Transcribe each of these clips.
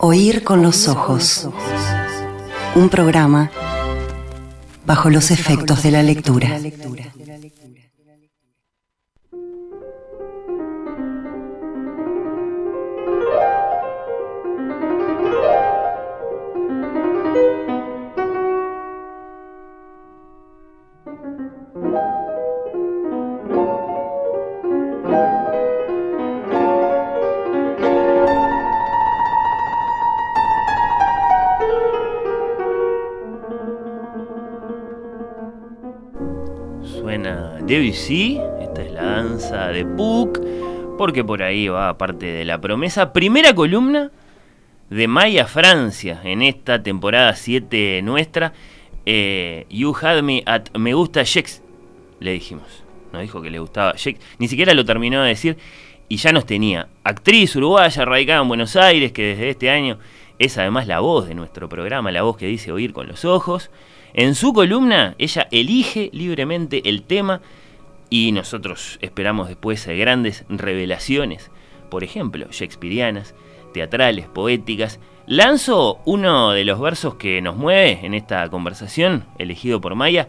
Oír con los ojos. Un programa bajo los efectos de la lectura. Debussy, esta es la danza de Puck, porque por ahí va parte de la promesa. Primera columna de Maya Francia en esta temporada 7 nuestra. You had me at me gusta Shakespeare, le dijimos. Nos dijo que le gustaba Shakespeare, ni siquiera lo terminó de decir y ya nos tenía. Actriz uruguaya radicada en Buenos Aires, que desde este año es además la voz de nuestro programa, la voz que dice Oír con los ojos. En su columna, ella elige libremente el tema y nosotros esperamos después grandes revelaciones, por ejemplo, shakespearianas, teatrales, poéticas. Lanzo uno de los versos que nos mueve en esta conversación, elegido por Maya,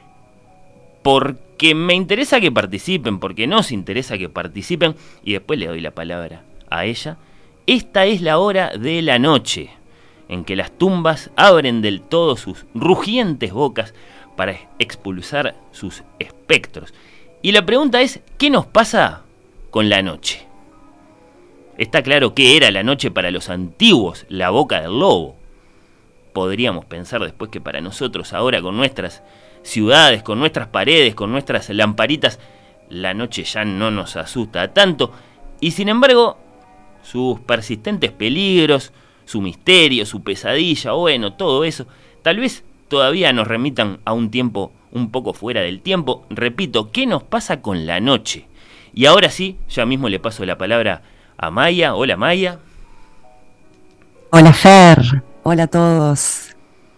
porque me interesa que participen, porque nos interesa que participen, y después le doy la palabra a ella. Esta es la hora de la noche, en que las tumbas abren del todo sus rugientes bocas para expulsar sus espectros. Y la pregunta es, ¿qué nos pasa con la noche? Está claro que era la noche para los antiguos, la boca del lobo. Podríamos pensar después que para nosotros ahora, con nuestras ciudades, con nuestras paredes, con nuestras lamparitas, la noche ya no nos asusta tanto. Y sin embargo, sus persistentes peligros, su misterio, su pesadilla, bueno, todo eso, tal vez todavía nos remitan a un tiempo un poco fuera del tiempo. Repito, ¿qué nos pasa con la noche? Y ahora sí, ya mismo le paso la palabra a Maya. Hola, Maya. Hola, Fer. Hola a todos.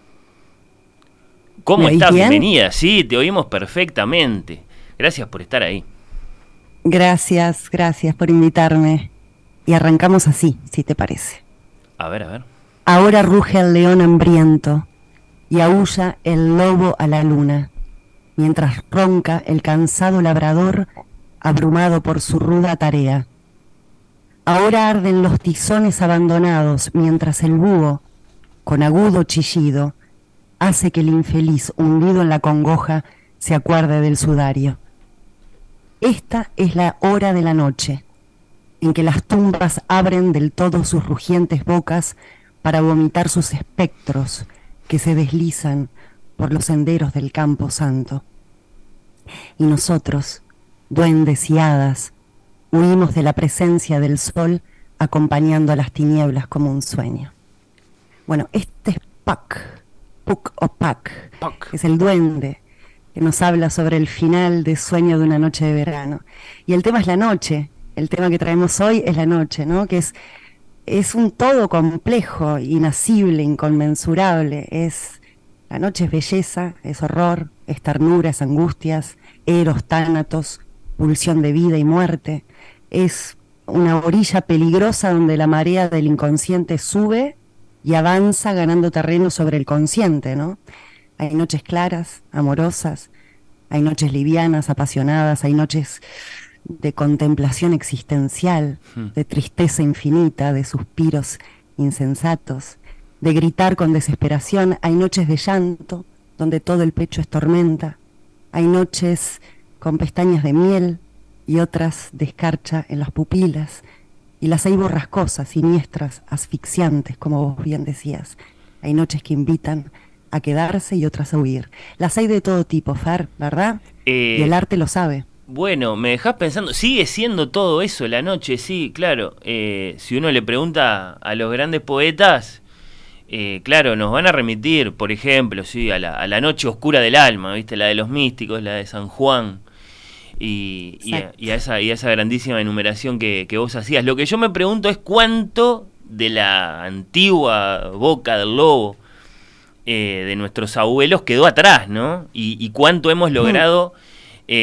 ¿Cómo estás? Bien? Bienvenida. Sí, te oímos perfectamente. Gracias por estar ahí. Gracias por invitarme. Y arrancamos así, si te parece. A ver. Ahora ruge el león hambriento y aúlla el lobo a la luna, mientras ronca el cansado labrador abrumado por su ruda tarea. Ahora arden los tizones abandonados, mientras el búho, con agudo chillido, hace que el infeliz hundido en la congoja se acuerde del sudario. Esta es la hora de la noche, en que las tumbas abren del todo sus rugientes bocas para vomitar sus espectros que se deslizan por los senderos del campo santo. Y nosotros, duendes y hadas, huimos de la presencia del sol acompañando a las tinieblas como un sueño. Bueno, este es Puck o Puck, es el duende que nos habla sobre el final de Sueño de una noche de verano. Y el tema es la noche. El tema que traemos hoy es la noche, ¿no? Que es un todo complejo, inacible, inconmensurable. La noche es belleza, es horror, es ternura, es angustias, eros, tánatos, pulsión de vida y muerte. Es una orilla peligrosa donde la marea del inconsciente sube y avanza ganando terreno sobre el consciente, ¿no? Hay noches claras, amorosas, hay noches livianas, apasionadas, hay noches de contemplación existencial, de tristeza infinita, de suspiros insensatos, de gritar con desesperación. Hay noches de llanto, donde todo el pecho es tormenta. Hay noches con pestañas de miel y otras de escarcha en las pupilas. Y las hay borrascosas, siniestras, asfixiantes, como vos bien decías. Hay noches que invitan a quedarse y otras a huir. Las hay de todo tipo, Fer, ¿verdad? Y el arte lo sabe. Bueno, me dejás pensando, sigue siendo todo eso la noche, sí, claro. Si uno le pregunta a los grandes poetas, claro, nos van a remitir, por ejemplo, sí, a la noche oscura del alma, ¿viste? La de los místicos, la de San Juan, y a esa grandísima enumeración que vos hacías. Lo que yo me pregunto es cuánto de la antigua boca del lobo de nuestros abuelos quedó atrás, ¿no? Y cuánto hemos logrado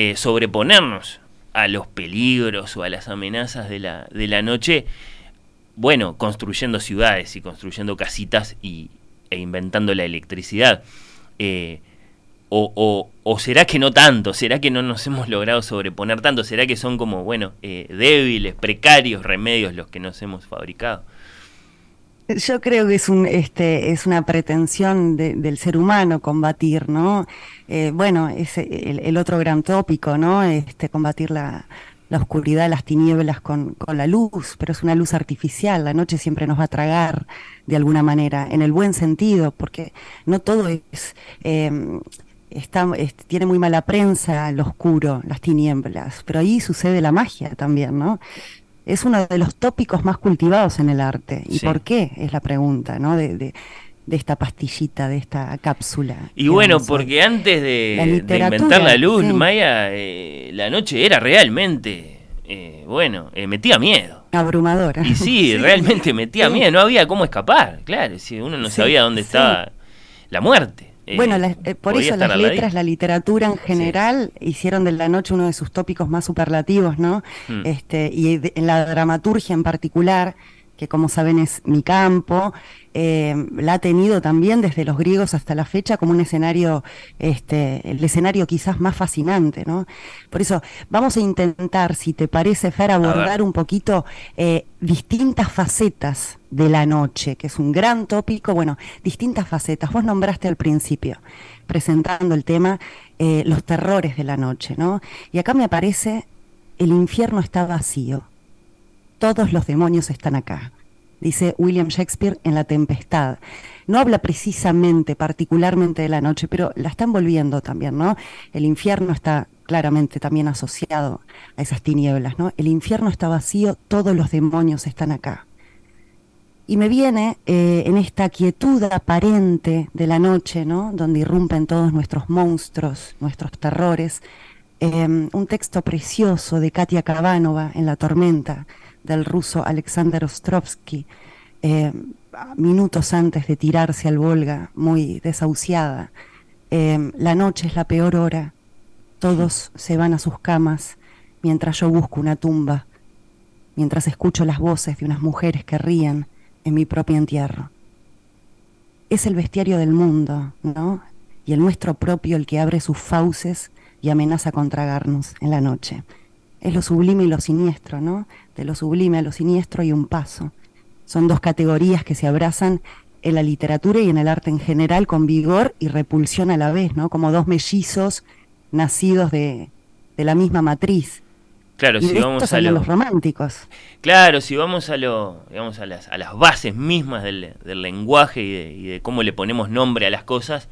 sobreponernos a los peligros o a las amenazas de la noche bueno, construyendo ciudades y construyendo casitas e inventando la electricidad. O será que no tanto, será que no nos hemos logrado sobreponer tanto, será que son como, bueno, débiles, precarios remedios los que nos hemos fabricado. Yo creo que es una pretensión del ser humano combatir, ¿no? Bueno, es el otro gran tópico, ¿no? Combatir la oscuridad, las tinieblas con la luz, pero es una luz artificial. La noche siempre nos va a tragar de alguna manera, en el buen sentido, porque no todo es... tiene muy mala prensa lo oscuro, las tinieblas, pero ahí sucede la magia también, ¿no? Es uno de los tópicos más cultivados en el arte. ¿Y por qué? Es la pregunta, ¿no? De esta pastillita, de esta cápsula. Y bueno, porque antes de inventar la luz, sí, Maya, la noche era realmente, metía miedo. Abrumadora. Y sí, realmente metía miedo, no había cómo escapar, claro, si uno no sabía dónde estaba la muerte. Bueno, por eso las letras, la literatura en general hicieron de la noche uno de sus tópicos más superlativos, ¿no? Y en la dramaturgia en particular, que como saben es mi campo, la ha tenido también desde los griegos hasta la fecha como un escenario, el escenario quizás más fascinante, ¿no? Por eso vamos a intentar, si te parece, Fer, abordar un poquito distintas facetas de la noche, que es un gran tópico. Bueno, distintas facetas. Vos nombraste al principio, presentando el tema, los terrores de la noche, ¿no? Y acá me aparece, el infierno está vacío. Todos los demonios están acá, dice William Shakespeare en La Tempestad. No habla precisamente, particularmente de la noche, pero la está envolviendo también, ¿no? El infierno está claramente también asociado a esas tinieblas, ¿no? El infierno está vacío, todos los demonios están acá. Y me viene en esta quietud aparente de la noche, ¿no? Donde irrumpen todos nuestros monstruos, nuestros terrores, un texto precioso de Katia Kavanova en La Tormenta, del ruso Alexander Ostrovsky, minutos antes de tirarse al Volga, muy desahuciada. La noche es la peor hora, todos se van a sus camas, mientras yo busco una tumba, mientras escucho las voces de unas mujeres que ríen en mi propio entierro. Es el bestiario del mundo, ¿no? Y el nuestro propio el que abre sus fauces y amenaza con tragarnos en la noche. Es lo sublime y lo siniestro, ¿no? De lo sublime a lo siniestro hay un paso. Son dos categorías que se abrazan en la literatura y en el arte en general con vigor y repulsión a la vez, ¿no? Como dos mellizos nacidos de la misma matriz. Claro, y si vamos a los románticos. Claro, si vamos a digamos a las bases mismas del lenguaje y de cómo le ponemos nombre a las cosas,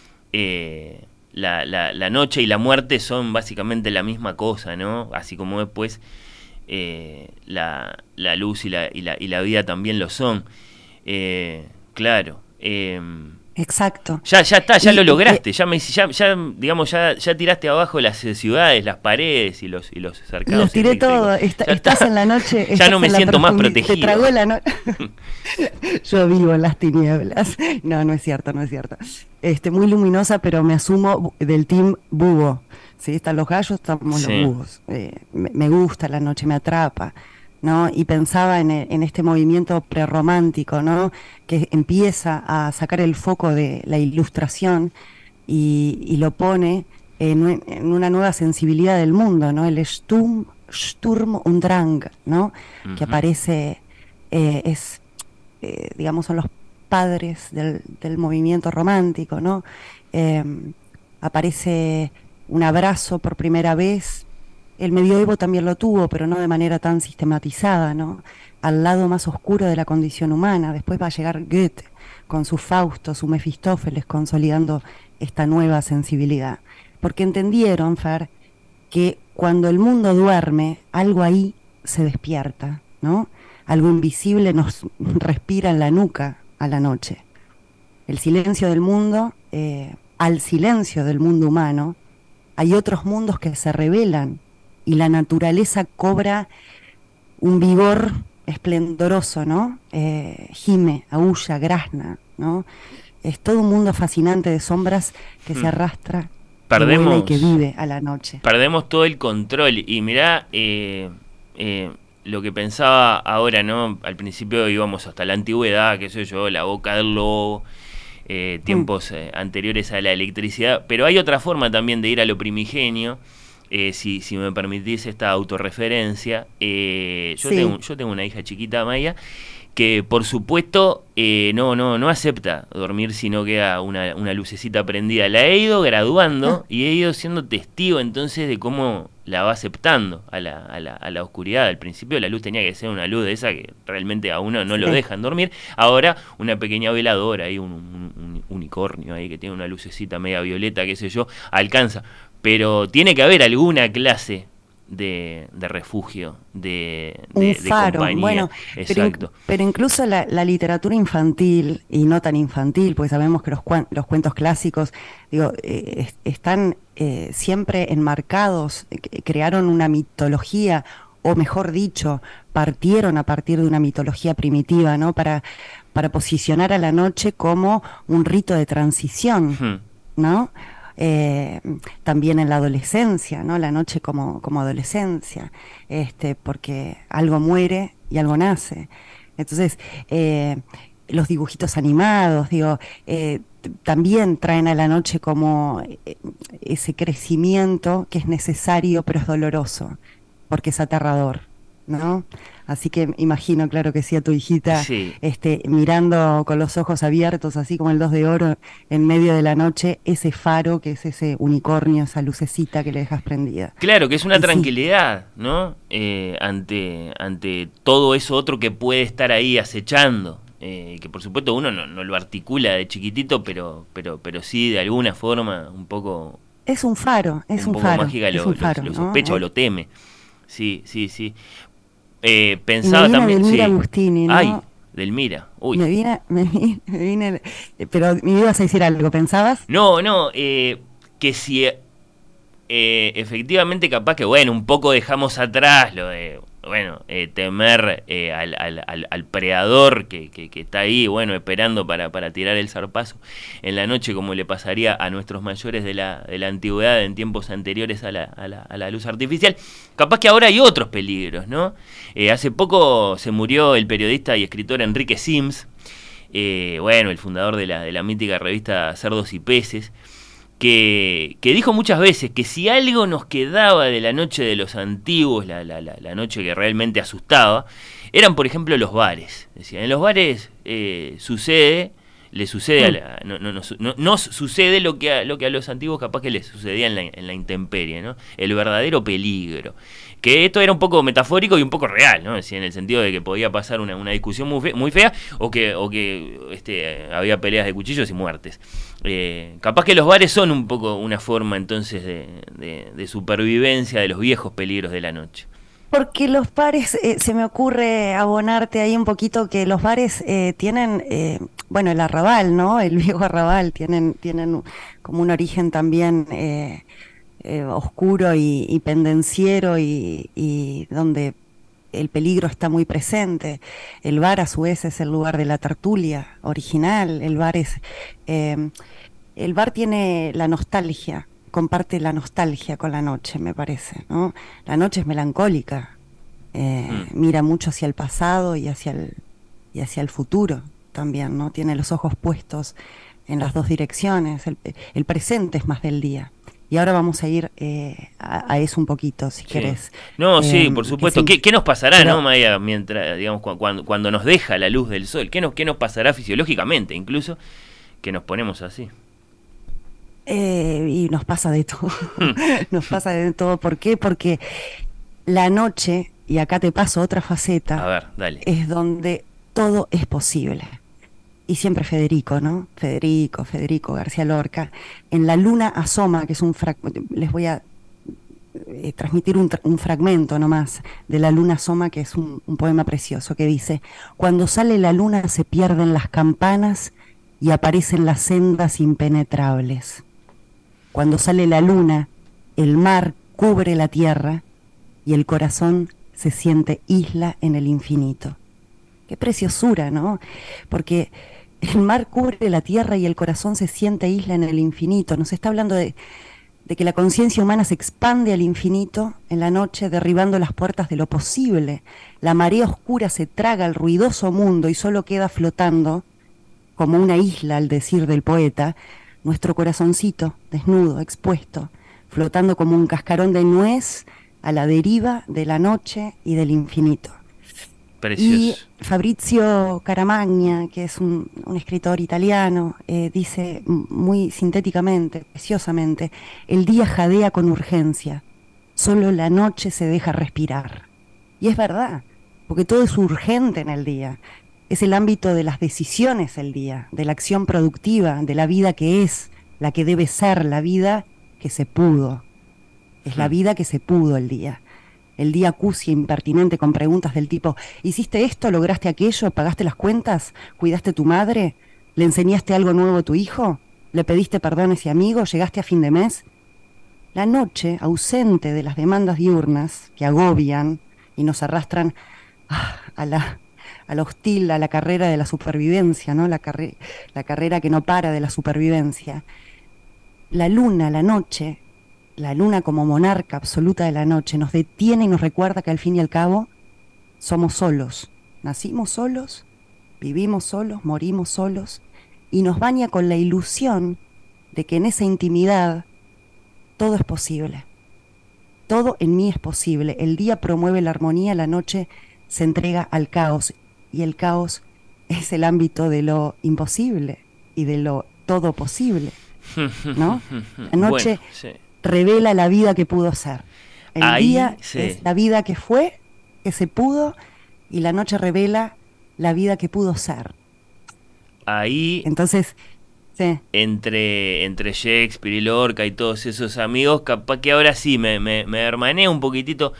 la noche y la muerte son básicamente la misma cosa, ¿no? Así como después la luz y la vida también lo son. Claro. Exacto. Ya está, ya lo lograste, ya digamos, ya tiraste abajo las ciudades, las paredes y los cercados. Los tiré todo, estás en la noche. Ya no me siento más protegido. Te tragó la noche. Yo vivo en las tinieblas. No es cierto. Muy luminosa, pero me asumo del team búho. ¿Sí? Están los gallos, estamos los búhos. Me gusta la noche, me atrapa, ¿no? Y pensaba en este movimiento prerromántico, ¿no? Que empieza a sacar el foco de la ilustración y lo pone en una nueva sensibilidad del mundo, ¿no? El Sturm und Drang, ¿no? Que aparece, digamos, son los padres del movimiento romántico, ¿no? Aparece un abrazo por primera vez. El medioevo también lo tuvo, pero no de manera tan sistematizada, ¿no? Al lado más oscuro de la condición humana. Después va a llegar Goethe con su Fausto, su Mefistófeles, consolidando esta nueva sensibilidad. Porque entendieron, Fer, que cuando el mundo duerme, algo ahí se despierta, ¿no? Algo invisible nos respira en la nuca a la noche. El silencio del mundo, al silencio del mundo humano, hay otros mundos que se revelan y la naturaleza cobra un vigor esplendoroso, ¿no? Gime, aúlla, grazna, ¿no? Es todo un mundo fascinante de sombras que se arrastra, y que vive a la noche. Perdemos todo el control y mirá, lo que pensaba ahora, ¿no? Al principio íbamos hasta la antigüedad, qué sé yo, la boca del lobo, tiempos anteriores a la electricidad, pero hay otra forma también de ir a lo primigenio, si me permitís esta autorreferencia. Sí. Yo tengo una hija chiquita, Maya, que por supuesto no acepta dormir si no queda una lucecita prendida. La he ido graduando y he ido siendo testigo entonces de cómo la va aceptando a la oscuridad. Al principio la luz tenía que ser una luz de esa que realmente a uno no lo Sí. dejan dormir. Ahora una pequeña veladora, ahí un unicornio ahí que tiene una lucecita media violeta, qué sé yo, alcanza. Pero tiene que haber alguna clase de refugio, Un de faro, compañía. bueno, Exacto. pero incluso la literatura infantil, y no tan infantil, porque sabemos que los cuentos clásicos, digo, están siempre enmarcados, crearon una mitología, o mejor dicho, partieron a partir de una mitología primitiva, ¿no? Para posicionar a la noche como un rito de transición, Hmm. ¿no? Eh, También en la adolescencia, ¿no? La noche como adolescencia, porque algo muere y algo nace. Entonces, los dibujitos animados, digo, también traen a la noche como ese crecimiento que es necesario, pero es doloroso, porque es aterrador, ¿no? Así que imagino, claro que sí, a tu hijita, Sí, mirando con los ojos abiertos, así como el 2 de oro, en medio de la noche, ese faro que es ese unicornio, esa lucecita que le dejas prendida. claro que es una Y sí, tranquilidad, ¿no? Ante todo eso otro que puede estar ahí acechando. Que por supuesto uno no lo articula de chiquitito, pero sí de alguna forma es un un poco faro, mágica es un faro, lo ¿no? sospecha o lo teme. Sí, sí, sí. Y me Pensaba viene también, Delmira sí. Agustini, Ay, ¿no? Delmira. Uy. Me vine, pero me ibas a decir algo, ¿pensabas? No, que si efectivamente capaz que, bueno, un poco dejamos atrás lo de, bueno, temer al predador que está ahí, bueno, esperando para tirar el zarpazo en la noche, como le pasaría a nuestros mayores de la antigüedad en tiempos anteriores a la luz artificial. Capaz que ahora hay otros peligros, ¿no? Hace poco se murió el periodista y escritor Enrique Sims, bueno, el fundador de la mítica revista Cerdos y Peces, que dijo muchas veces que si algo nos quedaba de la noche de los antiguos, la noche que realmente asustaba, eran por ejemplo los bares. Decía, en los bares le sucede a Mm. la, nos sucede lo que a los antiguos capaz que les sucedía en la intemperie, ¿no? El verdadero peligro. Que esto era un poco metafórico y un poco real, ¿no? Decía, en el sentido de que podía pasar una discusión muy fea o que había peleas de cuchillos y muertes. Capaz que los bares son un poco una forma entonces de supervivencia de los viejos peligros de la noche. Porque los bares, se me ocurre abonarte ahí un poquito que los bares tienen, bueno, el arrabal, ¿no? El viejo arrabal, tienen como un origen también oscuro y pendenciero y donde el peligro está muy presente. El bar a su vez es el lugar de la tertulia original. Eh, el bar tiene la nostalgia, comparte la nostalgia con la noche, me parece, ¿no? La noche es melancólica, Hmm. mira mucho hacia el pasado y hacia el futuro también, ¿no? Tiene los ojos puestos en las dos direcciones. El presente es más del día. Y ahora vamos a ir a eso un poquito, si Sí. querés. No, sí, por Que supuesto. sí, ¿Qué nos pasará, no, pero Maya, mientras, digamos, cuando nos deja la luz del sol? Qué nos pasará fisiológicamente, incluso, que nos ponemos así? y nos pasa de todo, nos pasa de todo. ¿Por qué? Porque la noche, y acá te paso otra A faceta, ver, dale. es donde todo es posible. Y siempre Federico, ¿no? Federico García Lorca. En La luna asoma, que es les voy a transmitir un fragmento nomás de La luna asoma, que es un poema precioso, que dice: cuando sale la luna se pierden las campanas y aparecen las sendas impenetrables. Cuando sale la luna, el mar cubre la tierra y el corazón se siente isla en el infinito. Qué preciosura, ¿no? Porque el mar cubre la tierra y el corazón se siente isla en el infinito. Nos está hablando de de que la conciencia humana se expande al infinito en la noche, derribando las puertas de lo posible. La marea oscura se traga al ruidoso mundo y solo queda flotando, como una isla al decir del poeta, nuestro corazoncito, desnudo, expuesto, flotando como un cascarón de nuez a la deriva de la noche y del infinito. Precioso. Y Fabrizio Caramagna, que es un escritor italiano, dice muy sintéticamente, preciosamente, el día jadea con urgencia, solo la noche se deja respirar. Y es verdad, porque todo es urgente en el día. Es el ámbito de las decisiones el día, de la acción productiva, de la vida que es, la que debe ser, la vida que se pudo. Es la vida que se pudo el día. El día acucia impertinente con preguntas del tipo, ¿hiciste esto? ¿Lograste aquello? ¿Pagaste las cuentas? ¿Cuidaste a tu madre? ¿Le enseñaste algo nuevo a tu hijo? ¿Le pediste perdón a ese amigo? ¿Llegaste a fin de mes? La noche, ausente de las demandas diurnas que agobian y nos arrastran a la hostil, a la carrera de la supervivencia, ¿no? La carrera que no para de la supervivencia. La luna, la noche, la luna como monarca absoluta de la noche, nos detiene y nos recuerda que al fin y al cabo somos solos. Nacimos solos, vivimos solos, morimos solos, y nos baña con la ilusión de que en esa intimidad todo es posible. Todo en mí es posible. El día promueve la armonía, la noche se entrega al caos, y el caos es el ámbito de lo imposible y de lo todo posible, ¿no? La noche Bueno, sí. revela la vida que pudo ser. El Ahí, día sí. es la vida que fue, que se pudo, y la noche revela la vida que pudo ser. Ahí, Entonces, sí. entre Shakespeare y Lorca y todos esos amigos, capaz que ahora sí me hermaneo un poquitito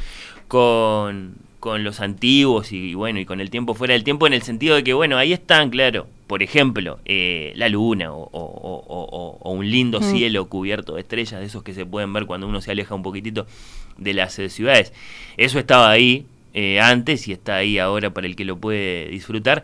con los antiguos y bueno, y con el tiempo fuera del tiempo, en el sentido de que, bueno, ahí están, claro, por ejemplo, la luna o un lindo cielo cubierto de estrellas, de esos que se pueden ver cuando uno se aleja un poquitito de las ciudades. Eso estaba ahí antes y está ahí ahora para el que lo puede disfrutar,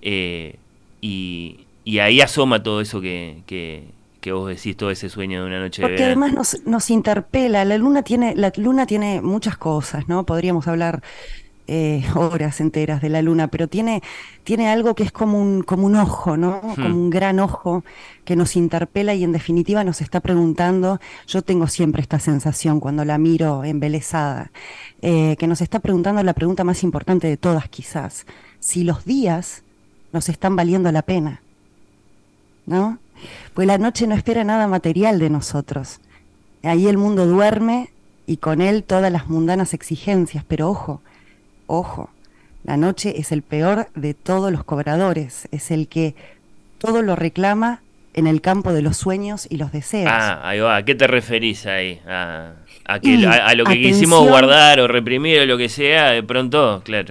y ahí asoma todo eso que vos decís, todo ese sueño de una noche de Porque verano. además nos interpela. La luna tiene muchas cosas, ¿no? Podríamos hablar horas enteras de la luna, pero tiene algo que es como un ojo, ¿no? Como un gran ojo que nos interpela y en definitiva nos está preguntando. Yo tengo siempre esta sensación cuando la miro embelesada, que nos está preguntando la pregunta más importante de todas, quizás: si los días nos están valiendo la pena, ¿no? Pues la noche no espera nada material de nosotros. Ahí el mundo duerme y con él todas las mundanas exigencias, pero ojo, la noche es el peor de todos los cobradores, es el que todo lo reclama en el campo de los sueños y los deseos. Ah, ahí va. ¿A qué te referís ahí? A lo que atención, quisimos guardar o reprimir o lo que sea, de pronto, claro.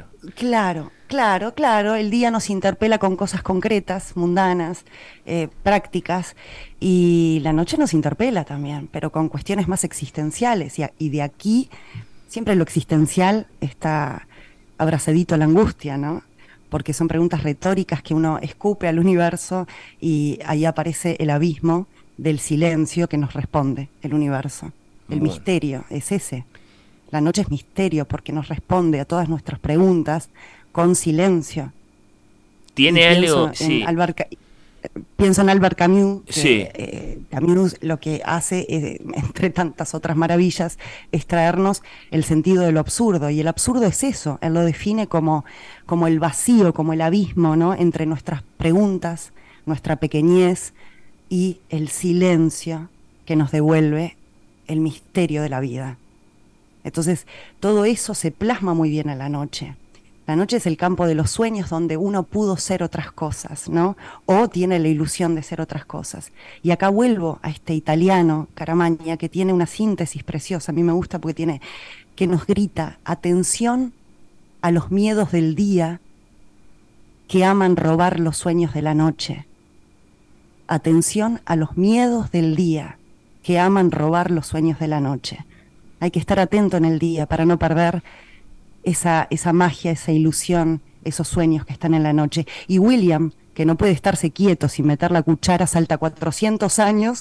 Claro, el día nos interpela con cosas concretas, mundanas, prácticas, y la noche nos interpela también, pero con cuestiones más existenciales, y de aquí siempre lo existencial está abrazadito a la angustia, ¿no? Porque son preguntas retóricas que uno escupe al universo y ahí aparece el abismo del silencio que nos responde el universo. El Bueno. misterio es ese. La noche es misterio porque nos responde a todas nuestras preguntas con silencio. Tiene Y algo, sí. Pienso en Albert Camus, que Sí. Camus lo que hace, entre tantas otras maravillas, es traernos el sentido de lo absurdo, y el absurdo es eso. Él lo define como el vacío, como el abismo, ¿no? Entre nuestras preguntas, nuestra pequeñez y el silencio que nos devuelve el misterio de la vida. Entonces, todo eso se plasma muy bien en la noche. La noche es el campo de los sueños donde uno pudo ser otras cosas, ¿no? O tiene la ilusión de ser otras cosas. Y acá vuelvo a este italiano, Caramagna, que tiene una síntesis preciosa. A mí me gusta porque que nos grita: atención a los miedos del día que aman robar los sueños de la noche. Atención a los miedos del día que aman robar los sueños de la noche. Hay que estar atento en el día para no perder esa magia, esa ilusión, esos sueños que están en la noche. Y William, que no puede estarse quieto sin meter la cuchara, salta 400 años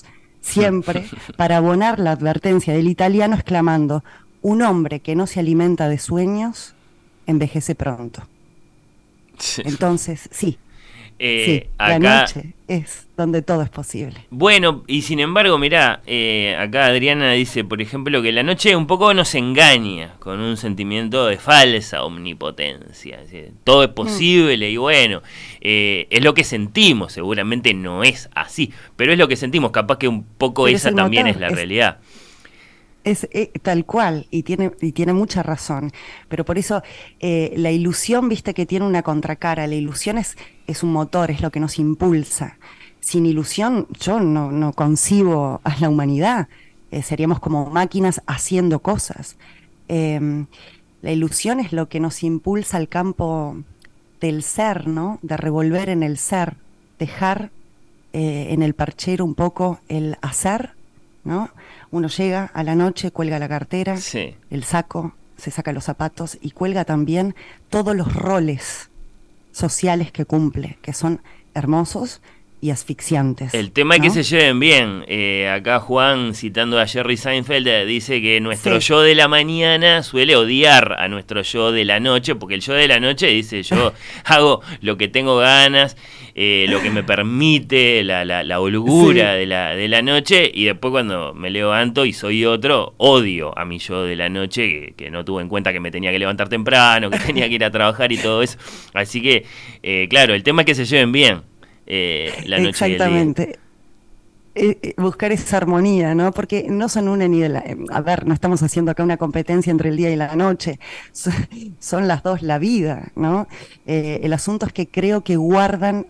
siempre, para abonar la advertencia del italiano exclamando: un hombre que no se alimenta de sueños envejece pronto. Sí. Entonces, sí, la Acá, noche es donde todo es posible. bueno, y sin embargo, mirá, acá Adriana dice, por ejemplo, que la noche un poco nos engaña con un sentimiento de falsa omnipotencia. Es decir, todo es posible y bueno, es lo que sentimos, seguramente no es así, pero es lo que sentimos, capaz que un poco Pero esa es también es la realidad. Es tal cual, y tiene mucha razón. Pero por eso la ilusión, viste que tiene una contracara. La ilusión es un motor, es lo que nos impulsa. Sin ilusión, yo no concibo a la humanidad. Seríamos como máquinas haciendo cosas. Em, la ilusión es lo que nos impulsa al campo del ser, ¿no? De revolver en el ser, dejar en el parchero un poco el hacer, ¿no? Uno llega a la noche, cuelga la cartera, Sí. el saco, se saca los zapatos y cuelga también todos los roles sociales que cumple, que son hermosos y asfixiantes, El tema es que ¿no? se lleven bien. Acá Juan, citando a Jerry Seinfeld, dice que nuestro Sí, yo de la mañana suele odiar a nuestro yo de la noche, porque el yo de la noche dice: yo hago lo que tengo ganas, lo que me permite la holgura sí, de la noche, y después cuando me levanto y soy otro, odio a mi yo de la noche, que no tuve en cuenta que me tenía que levantar temprano, que tenía que ir a trabajar y todo eso. Así que, claro, el tema es que se lleven bien. La noche y el día. exactamente. Buscar esa armonía, ¿no? Porque no son una ni de la... a ver, no estamos haciendo acá una competencia entre el día y la noche, son, son las dos la vida, ¿no? El asunto es que creo que guardan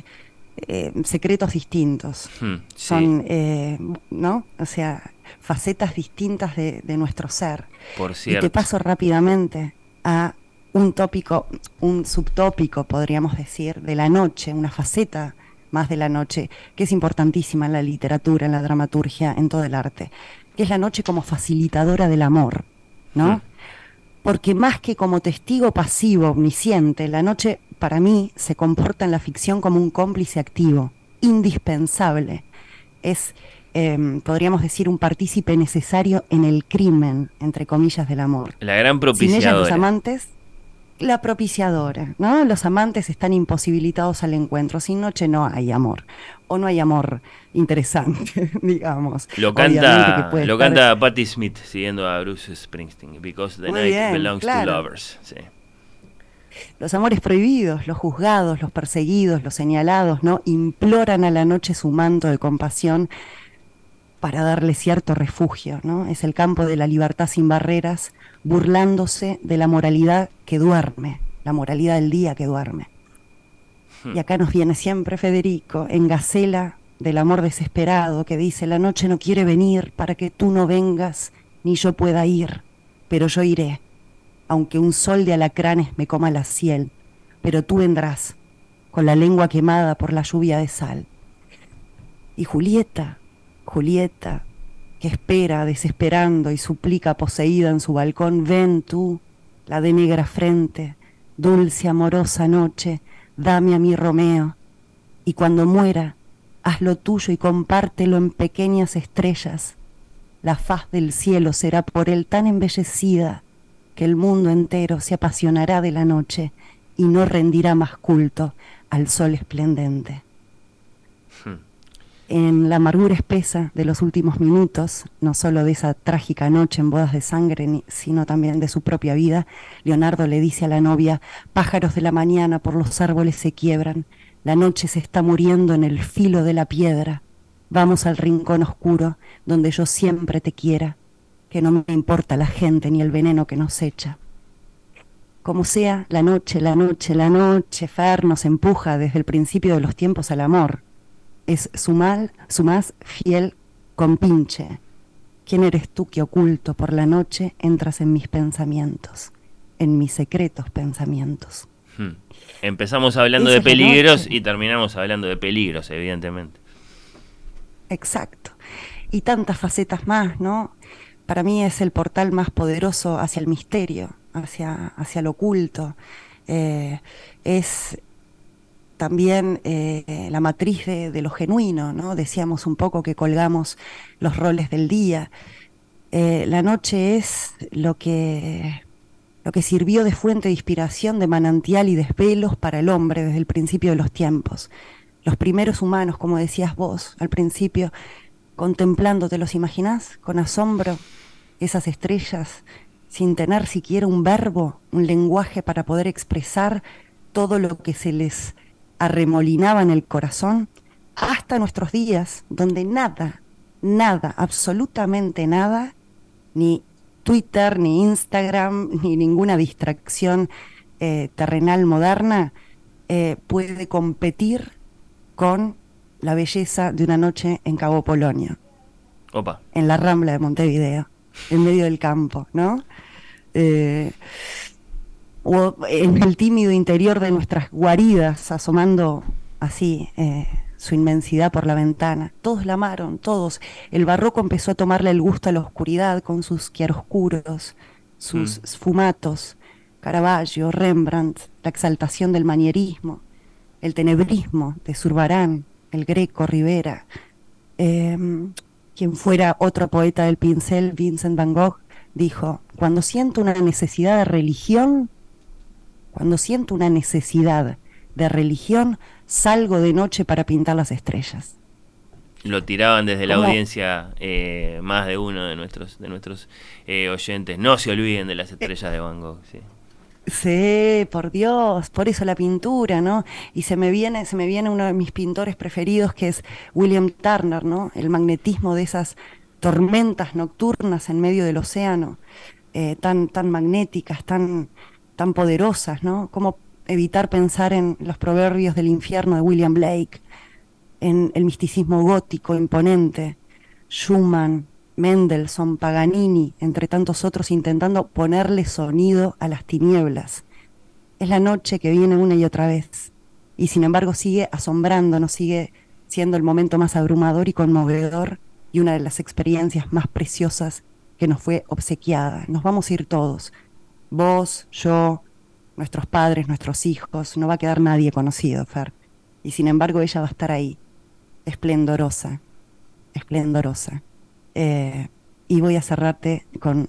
secretos distintos, Sí, son, ¿no? O sea, facetas distintas de nuestro ser. por Y te cierto. paso rápidamente a un tópico, un subtópico, podríamos decir, de la noche, una faceta más de la noche, que es importantísima en la literatura, en la dramaturgia, en todo el arte, que es la noche como facilitadora del amor, Hmm, ¿no? Porque más que como testigo pasivo, omnisciente, la noche para mí se comporta en la ficción como un cómplice activo, indispensable. Es, podríamos decir, un partícipe necesario en el crimen, entre comillas, del amor. La gran Sin ella los propiciadora. amantes, la propiciadora, ¿no? Los amantes están imposibilitados al encuentro. Sin noche no hay amor, o no hay amor interesante, digamos. Obviamente que puede Lo estar canta Patti Smith siguiendo a Bruce Springsteen. Because the muy night bien, belongs to claro. lovers. Sí. Los amores prohibidos, los juzgados, los perseguidos, los señalados, ¿no? Imploran a la noche su manto de compasión para darle cierto refugio, ¿no? Es el campo de la libertad sin barreras, burlándose de la moralidad que duerme, la moralidad del día que duerme. Y acá nos viene siempre Federico en Gacela del amor desesperado que dice: la noche no quiere venir para que tú no vengas ni yo pueda ir, pero yo iré, aunque un sol de alacranes me coma la ciel, pero tú vendrás con la lengua quemada por la lluvia de sal. Y Julieta, Julieta, que espera desesperando y suplica poseída en su balcón: ven tú, la de negra frente, dulce amorosa noche, dame a mi Romeo, y cuando muera, haz lo tuyo y compártelo en pequeñas estrellas. La faz del cielo será por él tan embellecida que el mundo entero se apasionará de la noche y no rendirá más culto al sol esplendente. En la amargura espesa de los últimos minutos, no solo de esa trágica noche en bodas de sangre, sino también de su propia vida, Leonardo le dice a la novia: pájaros de la mañana por los árboles se quiebran, la noche se está muriendo en el filo de la piedra, vamos al rincón oscuro donde yo siempre te quiera, que no me importa la gente ni el veneno que nos echa. Como sea, la noche, la noche, la noche, Fer nos empuja desde el principio de los tiempos al amor. Es su más fiel compinche. ¿Quién eres tú que oculto por la noche entras en mis pensamientos, en mis secretos pensamientos? Empezamos hablando Esa de es la peligros noche, y terminamos hablando de peligros, evidentemente. exacto. Y tantas facetas más, ¿no? Para mí es el portal más poderoso hacia el misterio, hacia lo oculto. Es también la matriz de lo genuino, ¿no? Decíamos un poco que colgamos los roles del día. La noche es lo que sirvió de fuente de inspiración, de manantial y desvelos para el hombre desde el principio de los tiempos. Los primeros humanos, como decías vos al principio, contemplando, ¿te los imaginás? Con asombro, esas estrellas, sin tener siquiera un verbo, un lenguaje para poder expresar todo lo que se les arremolinaba en el corazón, hasta nuestros días, donde nada, absolutamente nada, ni Twitter, ni Instagram, ni ninguna distracción terrenal moderna puede competir con la belleza de una noche en Cabo Polonio. Opa. En la Rambla de Montevideo, en medio del campo, ¿no? O en el tímido interior de nuestras guaridas, asomando así su inmensidad por la ventana. Todos la amaron, todos. El barroco empezó a tomarle el gusto a la oscuridad con sus chiaroscuros, sus sfumatos, Caravaggio, Rembrandt, la exaltación del manierismo, el tenebrismo de Zurbarán, el Greco, Rivera, quien fuera otro poeta del pincel, Vincent van Gogh, dijo: cuando siento una necesidad de religión, salgo de noche para pintar las estrellas. Lo tiraban desde la audiencia más de uno de nuestros oyentes. No se olviden de las estrellas de Van Gogh, sí. Sí, por Dios, por eso la pintura, ¿no? Y se me viene uno de mis pintores preferidos, que es William Turner, ¿no? El magnetismo de esas tormentas nocturnas en medio del océano, tan magnéticas, tan poderosas, ¿no? Cómo evitar pensar en los proverbios del infierno de William Blake, en el misticismo gótico imponente, Schumann, Mendelssohn, Paganini, entre tantos otros, intentando ponerle sonido a las tinieblas. Es la noche que viene una y otra vez, y sin embargo sigue asombrándonos, sigue siendo el momento más abrumador y conmovedor, y una de las experiencias más preciosas que nos fue obsequiada. Nos vamos a ir todos, vos, yo, nuestros padres, nuestros hijos, no va a quedar nadie conocido, Fer. Y sin embargo ella va a estar ahí, esplendorosa. Y voy a cerrarte con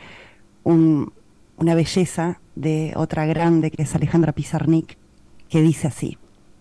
una belleza de otra grande, que es Alejandra Pizarnik, que dice así: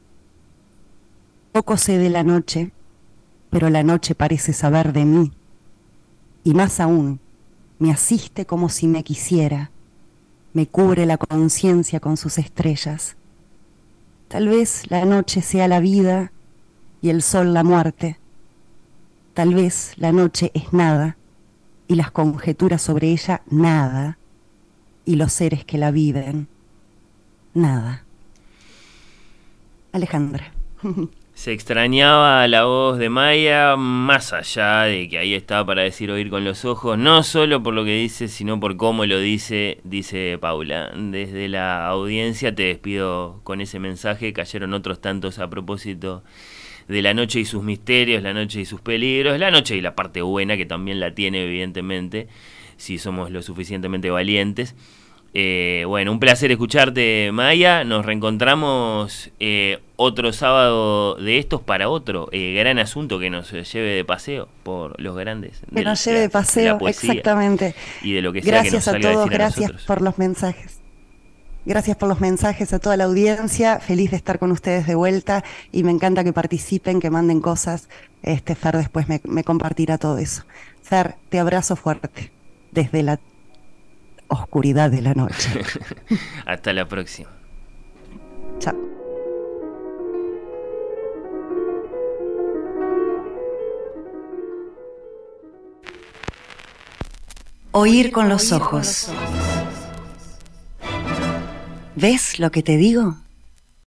poco sé de la noche, pero la noche parece saber de mí, y más aún, me asiste como si me quisiera, me cubre la conciencia con sus estrellas. Tal vez la noche sea la vida y el sol la muerte. Tal vez la noche es nada y las conjeturas sobre ella nada, y los seres que la viven nada. Alejandra. Se extrañaba la voz de Maya, más allá de que ahí estaba para decir oír con los ojos, no solo por lo que dice, sino por cómo lo dice Paula. Desde la audiencia te despido con ese mensaje. Cayeron otros tantos a propósito de la noche y sus misterios, la noche y sus peligros, la noche y la parte buena, que también la tiene evidentemente, si somos lo suficientemente valientes. Bueno, un placer escucharte, Maya. Nos reencontramos otro sábado de estos para otro gran asunto que nos lleve de paseo por los grandes. Que nos lleve de paseo, exactamente. Y de lo que sea que nos salga a decir a nosotros. Gracias por los mensajes. Gracias por los mensajes a toda la audiencia. Feliz de estar con ustedes de vuelta y me encanta que participen, que manden cosas. Fer después me compartirá todo eso. Fer, te abrazo fuerte desde la oscuridad de la noche. Hasta la próxima. Chao. Oír con los ojos. ¿Ves lo que te digo?